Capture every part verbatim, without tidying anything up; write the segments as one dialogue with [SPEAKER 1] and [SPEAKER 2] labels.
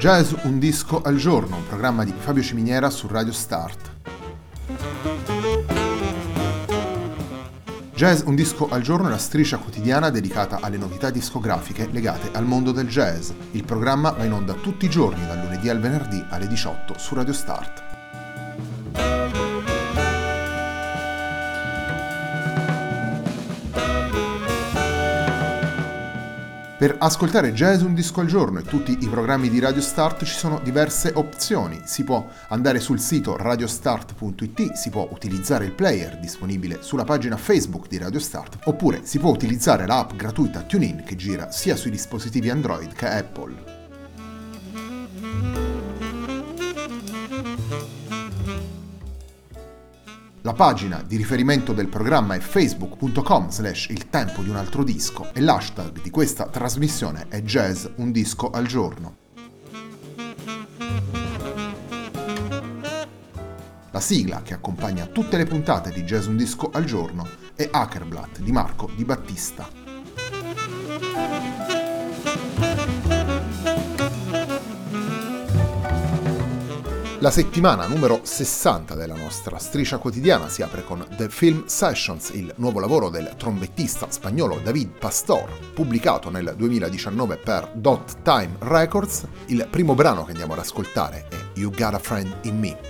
[SPEAKER 1] Jazz un disco al giorno, un programma di Fabio Ciminiera su Radio Start. Jazz un disco al giorno è la striscia quotidiana dedicata alle novità discografiche legate al mondo del jazz. Il programma va in onda tutti i giorni, dal lunedì al venerdì alle diciotto su Radio Start. Per ascoltare Jazz un disco al giorno e tutti i programmi di Radio Start ci sono diverse opzioni. Si può andare sul sito radiostart punto it, si può utilizzare il player disponibile sulla pagina Facebook di Radio Start, oppure si può utilizzare l'app gratuita TuneIn che gira sia sui dispositivi Android che Apple. La pagina di riferimento del programma è facebook punto com slash il tempo di un altro disco e l'hashtag di questa trasmissione è Jazz un disco al giorno. La sigla che accompagna tutte le puntate di Jazz un disco al giorno è Ackerblatt di Marco Di Battista. La settimana numero sessanta della nostra striscia quotidiana si apre con The Film Sessions, il nuovo lavoro del trombettista spagnolo David Pastor, pubblicato nel duemiladiciannove per Dot Time Records. Il primo brano che andiamo ad ascoltare è You Got a Friend in Me.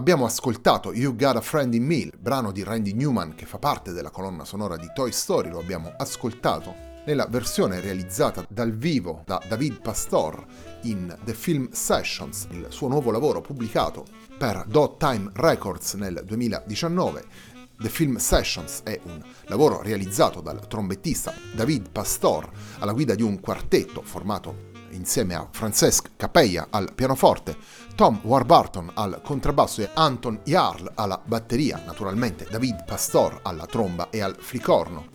[SPEAKER 1] Abbiamo ascoltato You Got a Friend in Me, il brano di Randy Newman che fa parte della colonna sonora di Toy Story, lo abbiamo ascoltato nella versione realizzata dal vivo da David Pastor in The Film Sessions, il suo nuovo lavoro pubblicato per Dot Time Records nel duemiladiciannove. The Film Sessions è un lavoro realizzato dal trombettista David Pastor alla guida di un quartetto formato insieme a Francesc Capella al pianoforte, Tom Warburton al contrabbasso e Anton Jarl alla batteria, naturalmente David Pastor alla tromba e al flicorno.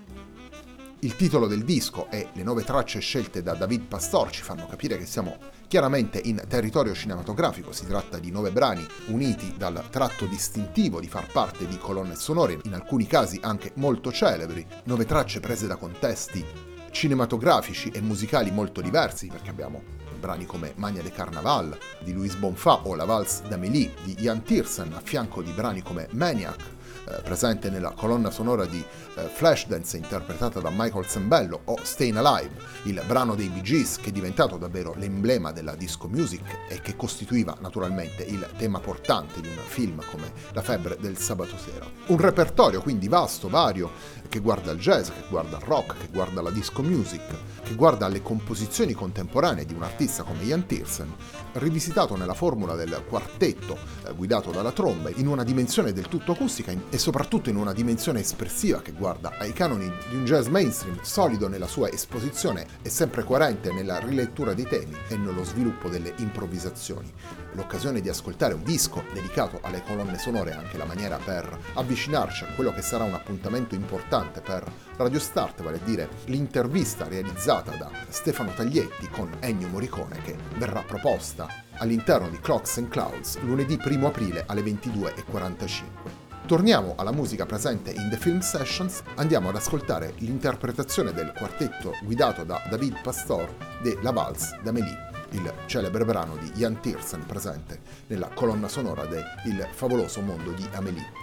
[SPEAKER 1] Il titolo del disco e le nove tracce scelte da David Pastor ci fanno capire che siamo chiaramente in territorio cinematografico. Si tratta di nove brani uniti dal tratto distintivo di far parte di colonne sonore, in alcuni casi anche molto celebri, nove tracce prese da contesti cinematografici e musicali molto diversi, perché abbiamo brani come Magna de Carnaval di Luis Bonfa o La Valse d'Amélie di Jan Tiersen, a fianco di brani come Maniac, eh, presente nella colonna sonora di eh, Flashdance interpretata da Michael Sembello, o Stayin' Alive, il brano dei Bee Gees che è diventato davvero l'emblema della disco music e che costituiva naturalmente il tema portante di un film come La febbre del sabato sera. Un repertorio quindi vasto, vario, che guarda al jazz, che guarda al rock, che guarda alla disco music, che guarda alle composizioni contemporanee di un artista come Jan Tiersen, rivisitato nella formula del quartetto eh, guidato dalla tromba, in una dimensione del tutto acustica in, e soprattutto in una dimensione espressiva che guarda ai canoni di un jazz mainstream, solido nella sua esposizione e sempre coerente nella rilettura dei temi e nello sviluppo delle improvvisazioni. L'occasione di ascoltare un disco dedicato alle colonne sonore è anche la maniera per avvicinarci a quello che sarà un appuntamento importante per Radio Start, vale a dire l'intervista realizzata da Stefano Taglietti con Ennio Morricone, che verrà proposta all'interno di Clocks and Clouds lunedì primo aprile alle ventidue e quarantacinque. Torniamo alla musica presente in The Film Sessions, andiamo ad ascoltare l'interpretazione del quartetto guidato da David Pastor de La Valse d'Amélie, il celebre brano di Jan Tiersen presente nella colonna sonora de Il favoloso mondo di Amélie.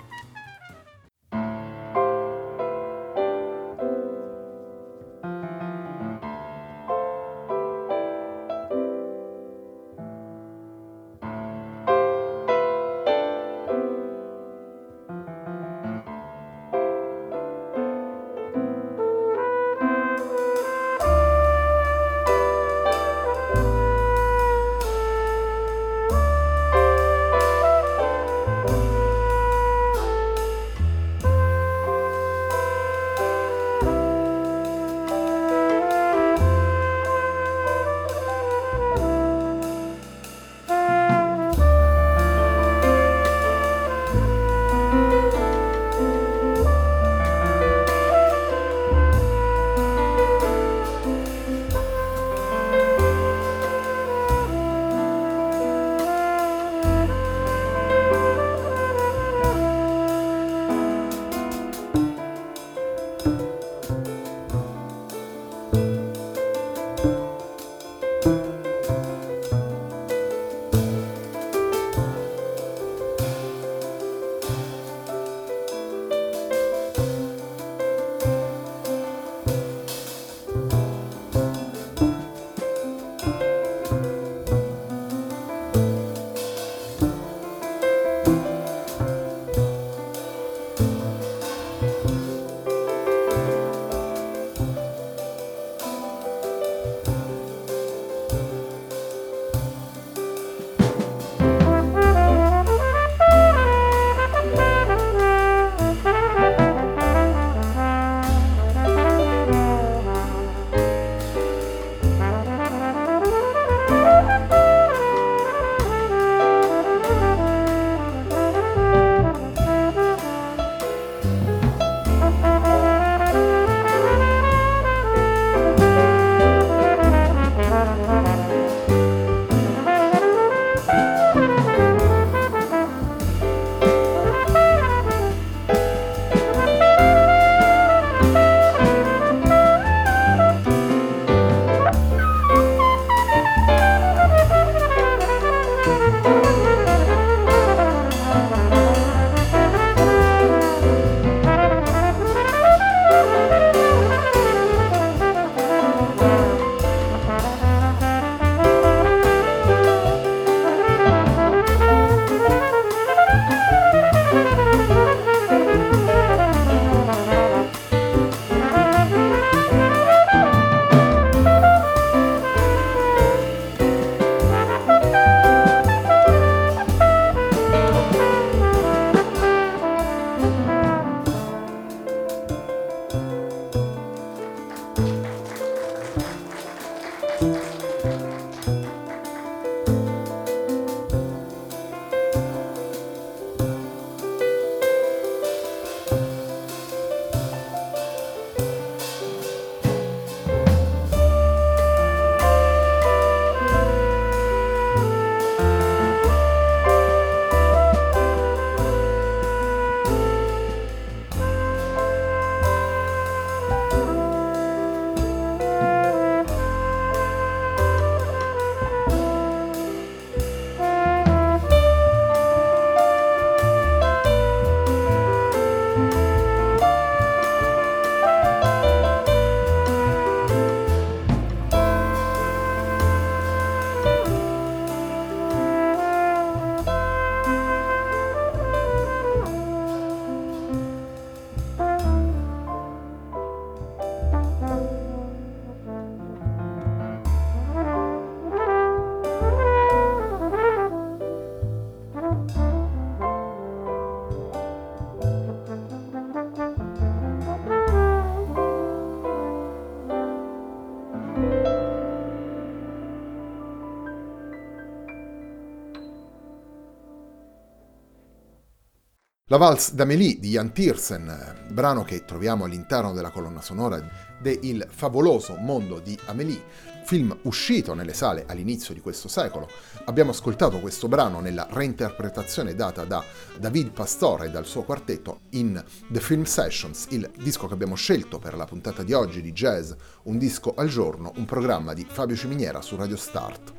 [SPEAKER 1] La Valse d'Amélie di Jan Tiersen, brano che troviamo all'interno della colonna sonora de Il favoloso mondo di Amélie, film uscito nelle sale all'inizio di questo secolo. Abbiamo ascoltato questo brano nella reinterpretazione data da David Pastor e dal suo quartetto in The Film Sessions, il disco che abbiamo scelto per la puntata di oggi di Jazz, un disco al giorno, un programma di Fabio Ciminiera su Radio Start.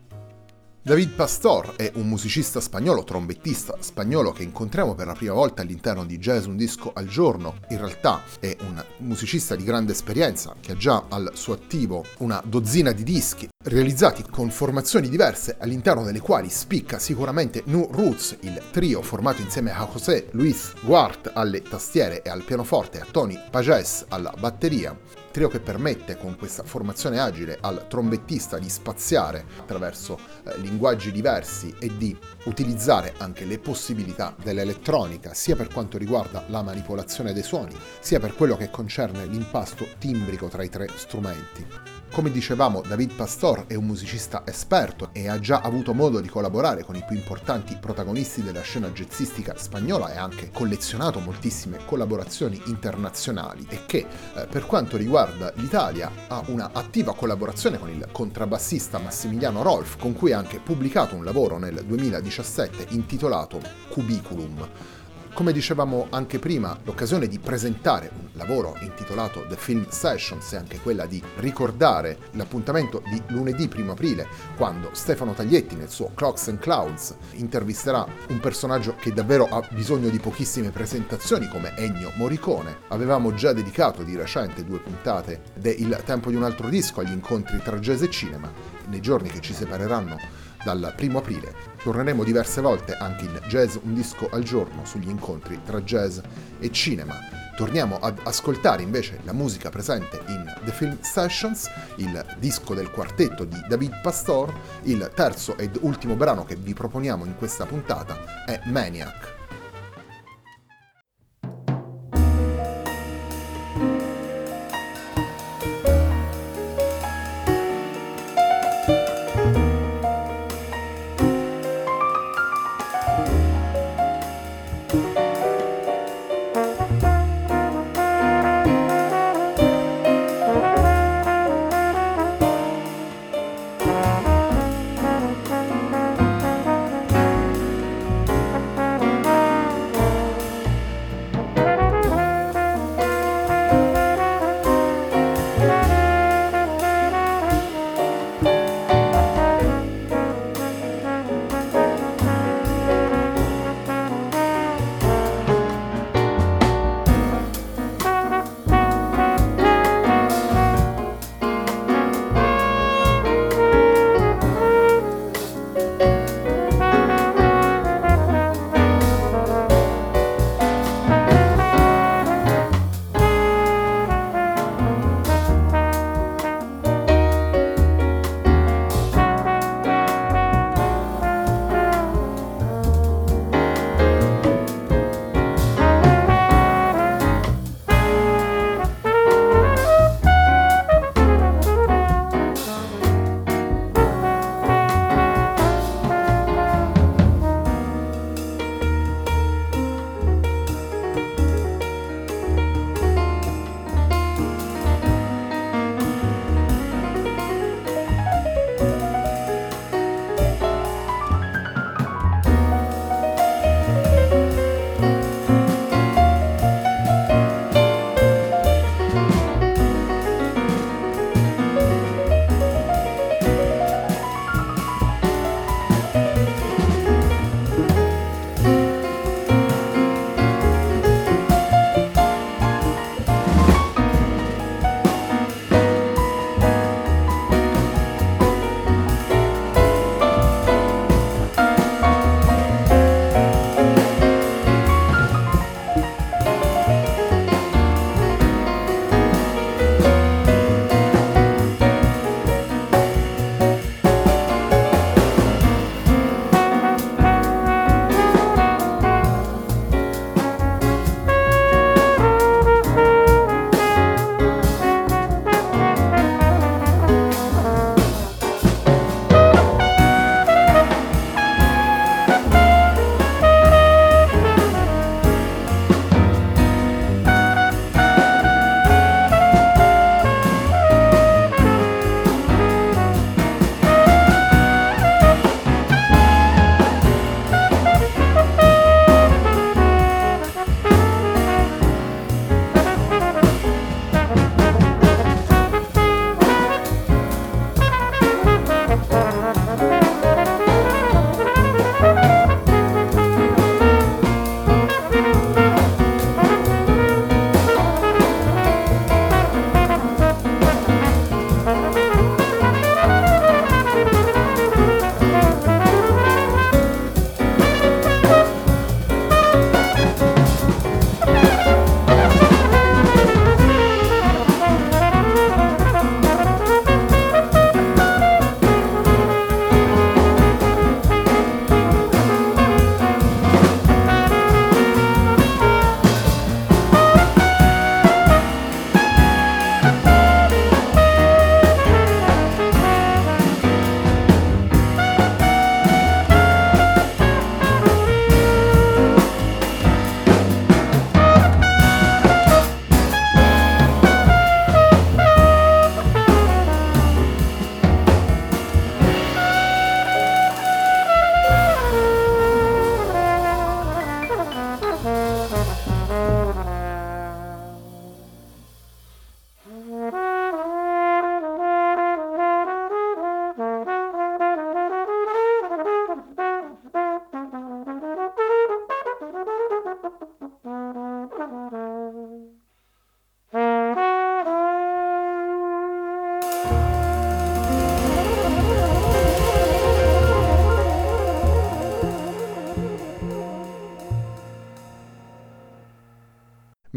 [SPEAKER 1] David Pastor è un musicista spagnolo, trombettista spagnolo che incontriamo per la prima volta all'interno di Jazz Un Disco al Giorno. In realtà è un musicista di grande esperienza che ha già al suo attivo una dozzina di dischi realizzati con formazioni diverse, all'interno delle quali spicca sicuramente New Roots, il trio formato insieme a José Luis Guart alle tastiere e al pianoforte e a Tony Pagès alla batteria. Trio che permette con questa formazione agile al trombettista di spaziare attraverso eh, linguaggi diversi e di utilizzare anche le possibilità dell'elettronica sia per quanto riguarda la manipolazione dei suoni sia per quello che concerne l'impasto timbrico tra i tre strumenti. Come dicevamo, David Pastor è un musicista esperto e ha già avuto modo di collaborare con i più importanti protagonisti della scena jazzistica spagnola e ha anche collezionato moltissime collaborazioni internazionali e che, eh, per quanto riguarda l'Italia, ha una attiva collaborazione con il contrabbassista Massimiliano Rolf, con cui ha anche pubblicato un lavoro nel duemiladiciassette intitolato Cubiculum. Come dicevamo anche prima, l'occasione di presentare un lavoro intitolato The Film Sessions è anche quella di ricordare l'appuntamento di lunedì primo aprile, quando Stefano Taglietti nel suo Clocks and Clouds intervisterà un personaggio che davvero ha bisogno di pochissime presentazioni come Ennio Morricone. Avevamo già dedicato di recente due puntate de Il tempo di un altro disco agli incontri tra jazz e cinema. Nei giorni che ci separeranno dal primo aprile torneremo diverse volte anche in Jazz Un Disco al Giorno sugli incontri tra jazz e cinema. Torniamo ad ascoltare invece la musica presente in The Film Sessions, il disco del quartetto di David Pastor. Il terzo ed ultimo brano che vi proponiamo in questa puntata è Maniac.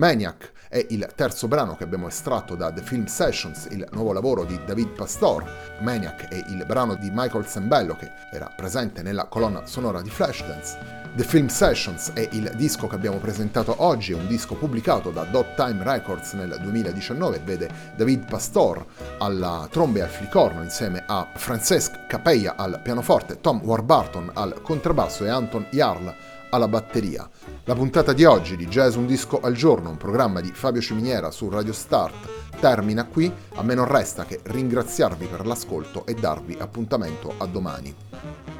[SPEAKER 1] Maniac è il terzo brano che abbiamo estratto da The Film Sessions, il nuovo lavoro di David Pastor. Maniac è il brano di Michael Sembello che era presente nella colonna sonora di Flashdance. The Film Sessions è il disco che abbiamo presentato oggi, è un disco pubblicato da Dot Time Records nel duemiladiciannove e vede David Pastor alla tromba e al flicorno insieme a Francesc Capella al pianoforte, Tom Warburton al contrabbasso e Anton Jarl alla batteria. La puntata di oggi di Jazz Un Disco al Giorno, un programma di Fabio Ciminiera su Radio Start, termina qui. A me non resta che ringraziarvi per l'ascolto e darvi appuntamento a domani.